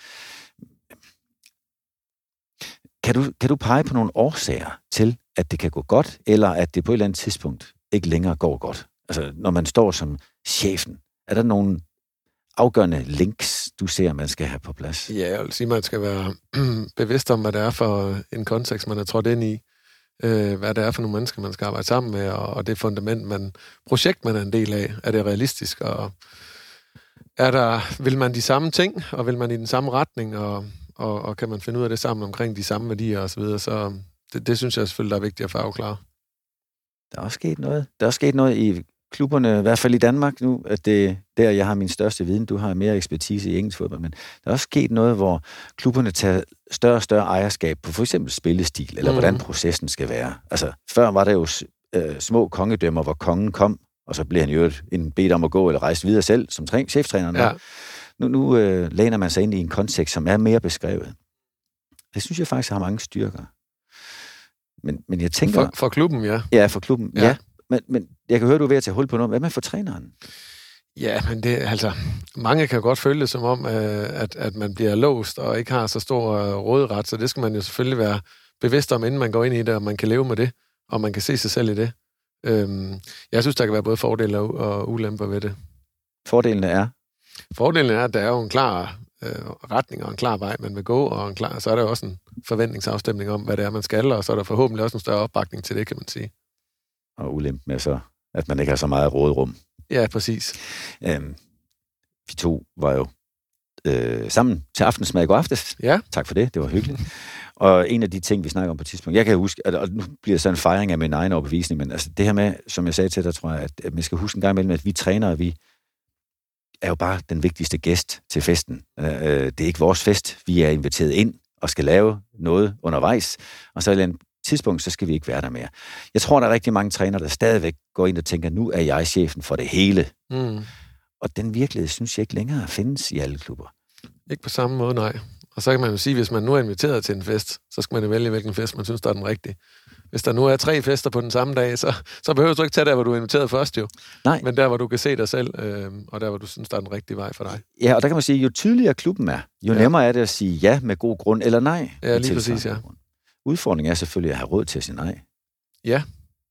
S2: Kan du, kan du pege på nogle årsager til, at det kan gå godt, eller at det på et eller andet tidspunkt ikke længere går godt? Altså, når man står som chefen, er der nogle afgørende links, du ser, man skal have på plads?
S3: Ja, jeg vil sige, at man skal være bevidst om, hvad det er for en kontekst, man er trådt ind i. Hvad det er for nogle mennesker, man skal arbejde sammen med, og det fundament, man, projekt, man er en del af. Er det realistisk? Og er der, vil man de samme ting, og vil man i den samme retning, og, og, og kan man finde ud af det sammen omkring de samme værdier osv., så, videre, så det, det synes jeg selvfølgelig, der er vigtigt at få afklare.
S2: Der er også sket noget. Der er også sket noget i klubberne, i hvert fald i Danmark nu, at det der, jeg har min største viden, du har mere ekspertise i engelsk fodbold, men der er også sket noget, hvor klubberne tager større og større ejerskab på for eksempel spillestil, eller mm. hvordan processen skal være. Altså, før var der jo øh, små kongedømmer, hvor kongen kom, og så blev han jo en bedt om at gå eller rejse videre selv, som træ- cheftræneren. Ja. Nu, nu øh, læner man sig ind i en kontekst, som er mere beskrevet. Det synes jeg faktisk har mange styrker. Men, men jeg tænker...
S3: For, for klubben, ja.
S2: Ja, for klubben, ja. ja. Men, men jeg kan høre, du er ved at tage hul på noget. Hvad med for træneren?
S3: Ja, men det, altså, mange kan godt føle det som om, at, at man bliver låst og ikke har så stor råderet, så det skal man jo selvfølgelig være bevidst om, inden man går ind i det, og man kan leve med det, og man kan se sig selv i det. Øhm, jeg synes, der kan være både fordele og, og ulemper ved det.
S2: Fordelene er?
S3: Fordelen er, at der er jo en klar øh, retning og en klar vej, man vil gå, og en klar, så er der også en forventningsafstemning om, hvad det er, man skal, og så er der forhåbentlig også en større opbakning til det, kan man sige.
S2: Og ulempen med så, at man ikke har så meget råderum.
S3: Ja, præcis.
S2: Øhm, vi to var jo øh, sammen til aftensmad i går aftes.
S3: Ja.
S2: Tak for det, det var hyggeligt. Og en af de ting, vi snakker om på et tidspunkt, jeg kan huske, at, og nu bliver det så en fejring af min egen overbevisning, men altså det her med, som jeg sagde til dig, tror jeg, at, at man skal huske en gang imellem, at vi trænere, vi er jo bare den vigtigste gæst til festen. Øh, det er ikke vores fest, vi er inviteret ind og skal lave noget undervejs, og så er det tidspunkt, så skal vi ikke være der mere. Jeg tror, der er rigtig mange trænere, der stadigvæk går ind og tænker, nu er jeg chefen for det hele. Mm. Og den virkelighed, synes jeg ikke længere findes i alle klubber.
S3: Ikke på samme måde, nej. Og så kan man jo sige, hvis man nu er inviteret til en fest, så skal man jo vælge, hvilken fest man synes, der er den rigtige. Hvis der nu er tre fester på den samme dag, så, så behøver du ikke tage der, hvor du er inviteret først jo. Nej. Men der, hvor du kan se dig selv, øh, og der, hvor du synes, der er den rigtige vej for dig.
S2: Ja, og der kan man sige, jo tydeligere klubben er, jo ja. nemmere er det at sige ja med god grund, eller nej.
S3: Ja, lige præcis, ja.
S2: Udfordringen er selvfølgelig at have råd til at sige nej.
S3: Ja,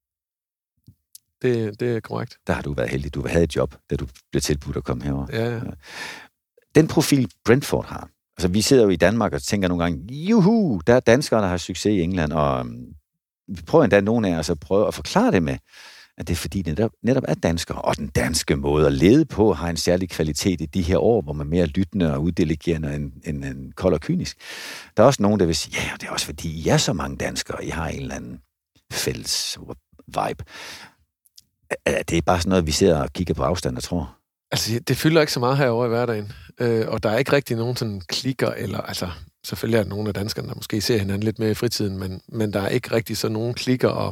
S3: det, det er korrekt.
S2: Der har du været heldig. Du havde et job, da du blev tilbudt at komme herover.
S3: Ja, ja.
S2: Den profil, Brentford har. Altså, vi sidder jo i Danmark og tænker nogle gange, juhu, der er danskere, der har succes i England, og vi prøver endda nogle af os at prøve at forklare det med, at det er fordi, det netop, netop er danskere, og den danske måde at lede på har en særlig kvalitet i de her år, hvor man er mere lyttende og uddelegerende end, end, end kold og kynisk. Der er også nogen, der vil sige, ja, det er også fordi, I er så mange danskere, I har en eller anden fælles vibe. Det er bare sådan noget, vi sidder og kigger på afstand og tror.
S3: Altså, det fylder ikke så meget herovre i hverdagen, øh, og der er ikke rigtig nogen sådan klikker, eller altså, selvfølgelig er der nogle af danskerne, der måske ser hinanden lidt mere i fritiden, men, men der er ikke rigtig så nogen klikker, og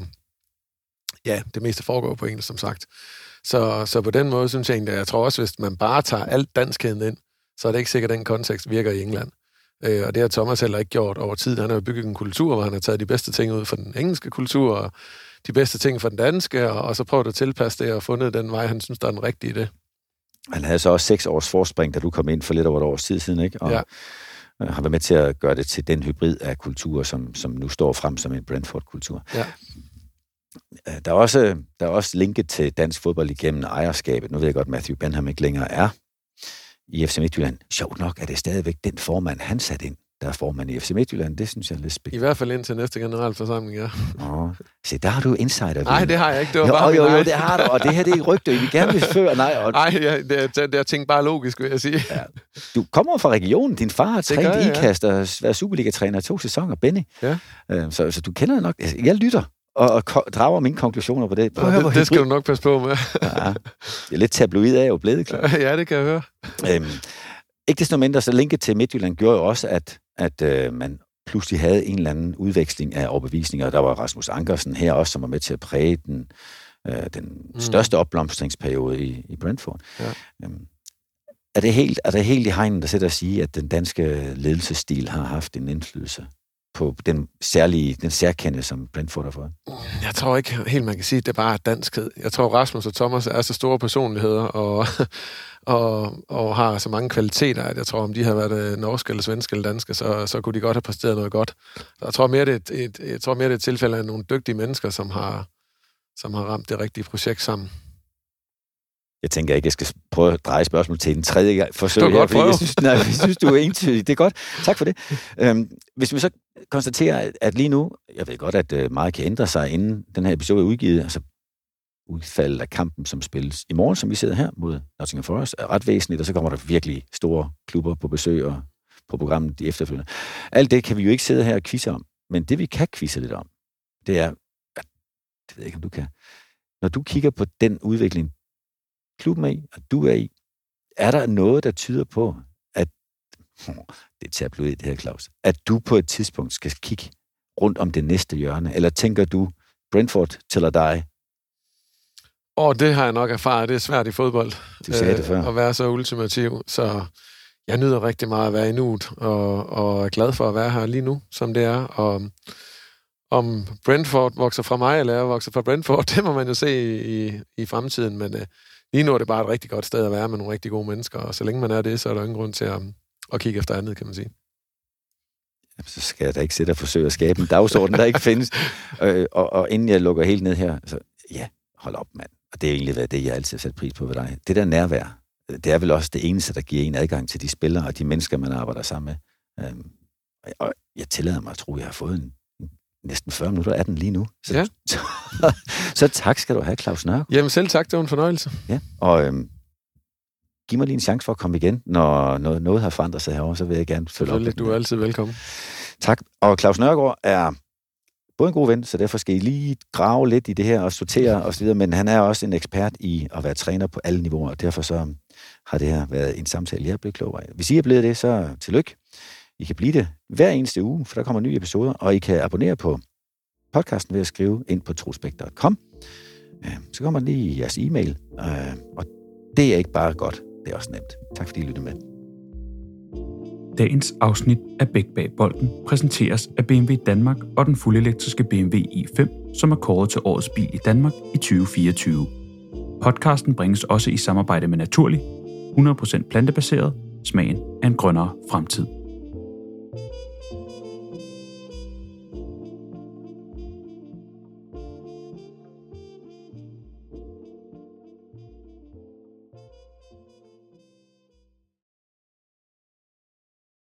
S3: ja, det meste foregår på engelsk, som sagt. Så, så på den måde synes jeg egentlig, at jeg tror også, hvis man bare tager alt danskheden ind, så er det ikke sikkert, at den kontekst virker i England. Øh, og det har Thomas heller ikke gjort over tid. Han har jo bygget en kultur, hvor han har taget de bedste ting ud fra den engelske kultur, og de bedste ting fra den danske, og, og så prøvet at tilpasse det, og fundet den vej, han synes, der er den rigtige i det.
S2: Han havde så også seks års forspring, da du kom ind for lidt over et års tid siden, ikke? Og
S3: ja.
S2: har været med til at gøre det til den hybrid af kultur, som, som nu står frem som en Brentford-kultur.
S3: Ja.
S2: Der er, også, der er også linket til dansk fodbold igennem ejerskabet. Nu ved jeg godt, at Matthew Benham ikke længere er i F C Midtjylland. Sjovt nok er det stadigvæk den formand, han satte ind, der er formand i F C Midtjylland. Det synes jeg er lidt spændende.
S3: I hvert fald indtil næste generalforsamling, ja.
S2: Åh, se, der har du insider.
S3: Nej, det har jeg ikke. Det var
S2: jo,
S3: bare
S2: jo, jo,
S3: jo,
S2: det har du, og det her det er rygte. Vi gerne vil føre, nej. Og...
S3: Nej, ja, det, det, det er tænkt bare logisk, vil jeg sige. Ja.
S2: Du kommer fra regionen. Din far har trænet ikast
S3: ja.
S2: og været Superliga-træner i to sæsoner, Benny.
S3: Ja.
S2: Så, så du kender nok. Jeg lytter og, og ko- drager mine konklusioner på det. Prøv,
S3: ja, det, det skal du nok passe på med.
S2: Ja, det er lidt tabloid af jo blevet, klart.
S3: Ja, det kan jeg høre.
S2: Øhm, ikke desto mindre, så linket til Midtjylland gjorde jo også, at, at øh, man pludselig havde en eller anden udveksling af overbevisninger. Der var Rasmus Ankersen her også, som var med til at præge den, øh, den mm. største opblomstringsperiode i, i Brentford.
S3: Ja.
S2: Øhm, er, det helt, er det helt i hegnen, der sætter at sige, at den danske ledelsesstil har haft en indflydelse på den særlige, den særkende, som Brentford har fået?
S3: Jeg tror ikke helt, man kan sige, at det er bare danskhed. Jeg tror, Rasmus og Thomas er så store personligheder, og, og, og har så mange kvaliteter, at jeg tror, om de havde været norske eller svenske eller danske, så, så kunne de godt have præsteret noget godt. Jeg tror mere, det er et, et, jeg tror mere, det er et tilfælde af nogle dygtige mennesker, som har, som har ramt det rigtige projekt sammen.
S2: Jeg tænker ikke, jeg skal prøve at dreje spørgsmål til en tredje gang. Forsøg
S3: det var godt
S2: her, jeg synes, nej, jeg synes, du er entydig. Det er godt. Tak for det. Øhm, hvis vi så konstaterer, at lige nu, jeg ved godt, at meget kan ændre sig, inden den her episode er udgivet, altså udfaldet af kampen, som spilles i morgen, som vi sidder her mod Nottingham Forest, er ret væsentligt, og så kommer der virkelig store klubber på besøg og på programmet de efterfølgende. Alt det kan vi jo ikke sidde her og quizze om, men det vi kan quizze lidt om, det er, at, det ved jeg ikke, om du kan, når du kigger på den udvikling, klubben er i, og du er i, er der noget, der tyder på, at det er tabloid det her, Claus, at du på et tidspunkt skal kigge rundt om det næste hjørne, eller tænker du, Brentford til at die?
S3: Og det har jeg nok erfaret, det er svært i fodbold.
S2: Du sagde øh, det før.
S3: At være så ultimativ, så jeg nyder rigtig meget at være i nuet, og, og er glad for at være her lige nu, som det er, og om Brentford vokser fra mig, eller jeg vokser fra Brentford, det må man jo se i, i, i fremtiden, men øh, lige nu er det bare et rigtig godt sted at være med nogle rigtig gode mennesker, og så længe man er det, så er der ingen grund til at, at kigge efter andet, kan man sige.
S2: Jamen, så skal jeg da ikke sætte og forsøge at skabe en dagsorden, der ikke findes. Øh, og, og inden jeg lukker helt ned her, så ja, hold op, mand. Og det er egentlig været det, jeg altid har sat pris på ved dig. Det der nærvær, det er vel også det eneste, der giver en adgang til de spillere og de mennesker, man arbejder sammen med. Øhm, og jeg tillader mig at tro, at jeg har fået en næsten fyrre minutter af den lige nu. Så,
S3: ja.
S2: så, så tak skal du have, Claus Nørgaard.
S3: Jamen selv tak, det var en fornøjelse.
S2: Ja, og øhm, giv mig lige en chance for at komme igen, når noget, noget har forandret sig herovre, så vil jeg gerne følge op.
S3: Selvfølgelig, du er altid velkommen.
S2: Tak. Og Claus Nørgaard er både en god ven, så derfor skal I lige grave lidt i det her og sortere og så videre, men han er også en ekspert i at være træner på alle niveauer, og derfor så har det her været en samtale, jeg er blevet klogere af. Hvis I er blevet det, så tillykke. I kan blive det hver eneste uge, for der kommer nye episoder, og I kan abonnere på podcasten ved at skrive ind på trospekt punktum com. Så kommer lige jeres e-mail, og det er ikke bare godt, det er også nemt. Tak fordi I lyttede med.
S1: Dagens afsnit af Bæk bag bolden præsenteres af B M W Danmark og den fuldelektriske B M W i fem, som er kåret til årets bil i Danmark i tyve fireogtyve. Podcasten bringes også i samarbejde med Naturlig, hundrede procent plantebaseret, smagen af en grønnere fremtid.